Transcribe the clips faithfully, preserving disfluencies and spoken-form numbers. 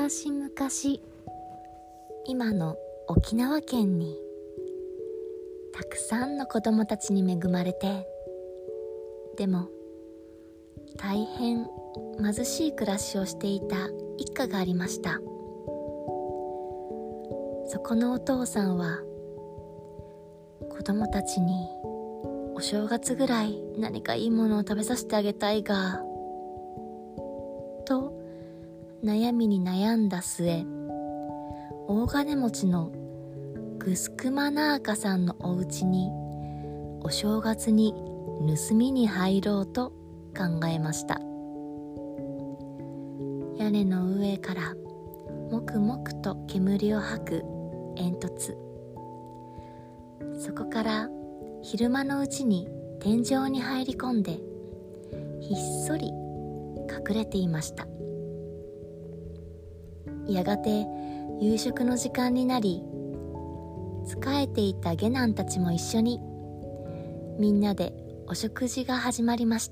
昔々、今の沖縄県にたくさんの子供たちに恵まれて、でも大変貧しい暮らしをしていた一家がありました。そこのお父さんは子供たちにお正月ぐらい何かいいものを食べさせてあげたいがと悩みに悩んだ末、大金持ちのグスクマナーカさんのお家にお正月に盗みに入ろうと考えました。屋根の上からもくもくと煙を吐く煙突、そこから昼間のうちに天井に入り込んでひっそり隠れていました。やがて夕食の時間になり、仕えていた下男たちも一緒にみんなでお食事が始まりました。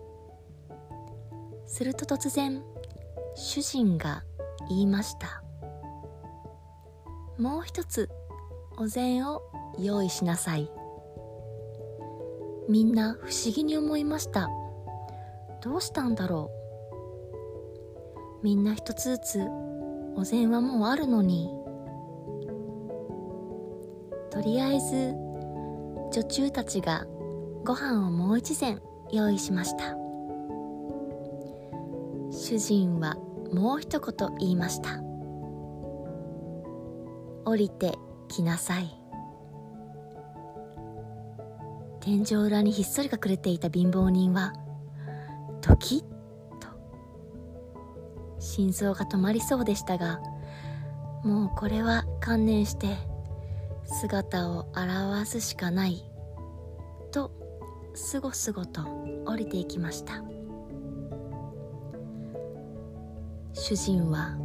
すると突然主人が言いました。もう一つお膳を用意しなさい。みんな不思議に思いました。どうしたんだろう。みんな一つずつお膳はもうあるのに。とりあえず女中たちがご飯をもう一膳用意しました。主人はもう一言言いました。降りてきなさい。天井裏にひっそり隠れていた貧乏人はドキッと心臓が止まりそうでしたが、もうこれは観念して姿を現すしかないとすごすごと降りていきました。主人は、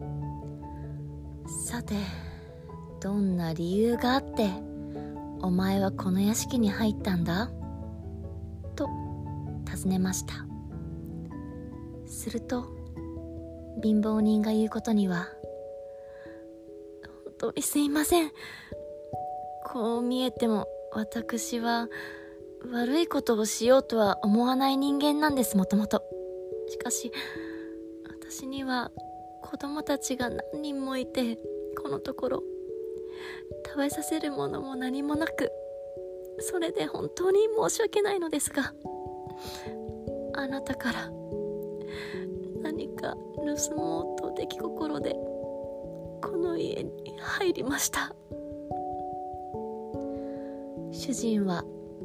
さてどんな理由があってお前はこの屋敷に入ったんだと尋ねました。すると貧乏人が言うことには、本当にすいません。こう見えても私は悪いことをしようとは思わない人間なんです、もともと。しかし私には子供たちが何人もいて、このところ食べさせるものも何もなく、それで本当に申し訳ないのですが、あなたから何か盗もうと出来心でこの家に入りました。主人は、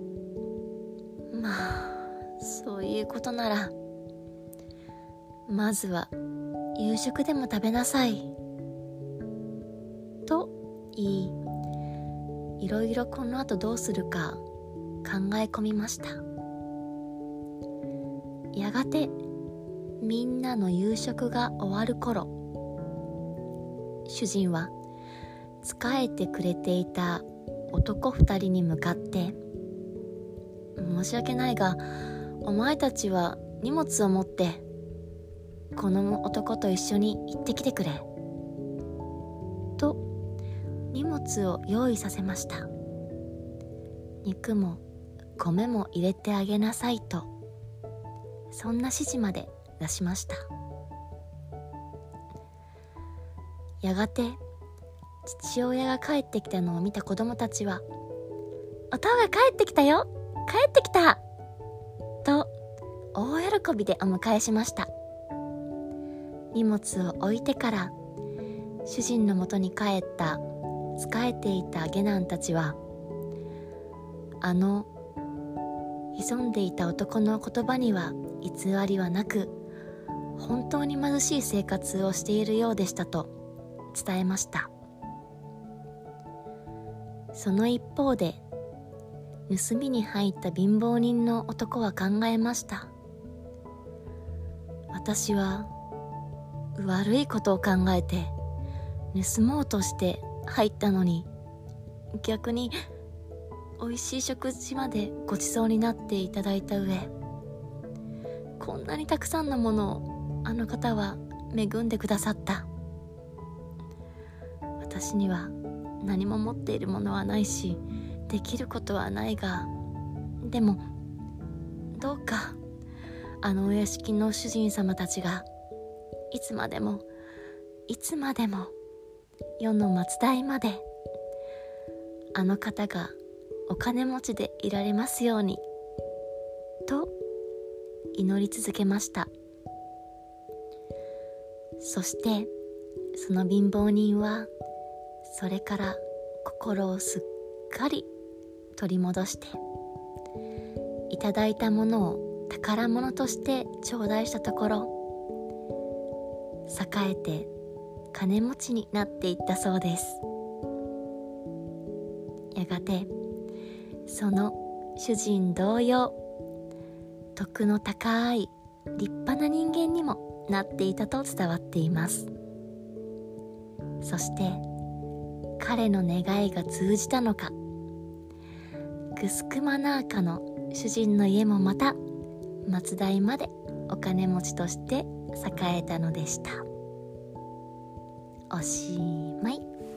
まあそういうことならまずは夕食でも食べなさいと言い、いろいろこの後どうするか考え込みました。やがてみんなの夕食が終わる頃、主人は仕えてくれていた男二人に向かって、申し訳ないがお前たちは荷物を持ってこの男と一緒に行ってきてくれと荷物を用意させました。肉も米も入れてあげなさいと、そんな指示まで出しました。やがて父親が帰ってきたのを見た子供たちは、お父が帰ってきたよ、帰ってきたと大喜びでお迎えしました。荷物を置いてから主人のもとに帰った仕えていた下男たちは、あの潜んでいた男の言葉には偽りはなく、本当に貧しい生活をしているようでしたと伝えました。その一方で盗みに入った貧乏人の男は考えました。私は悪いことを考えて盗もうとして入ったのに、逆に美味しい食事までごちそうになっていただいた上、こんなにたくさんのものをあの方は恵んでくださった私には何も持っているものはないし、できることはないが、でもどうかあのお屋敷の主人様たちがいつまでもいつまでも世の末代まであの方がお金持ちでいられますようにと祈り続けました。そしてその貧乏人はそれから心をすっかり取り戻して、いただいたものを宝物として頂戴したところ、栄えて金持ちになっていったそうです。やがてその主人同様、徳の高い立派な人間にもなっていたと伝わっています。そして彼の願いが通じたのか、グスクマナーカの主人の家もまた末代までお金持ちとして栄えたのでした。おしまい。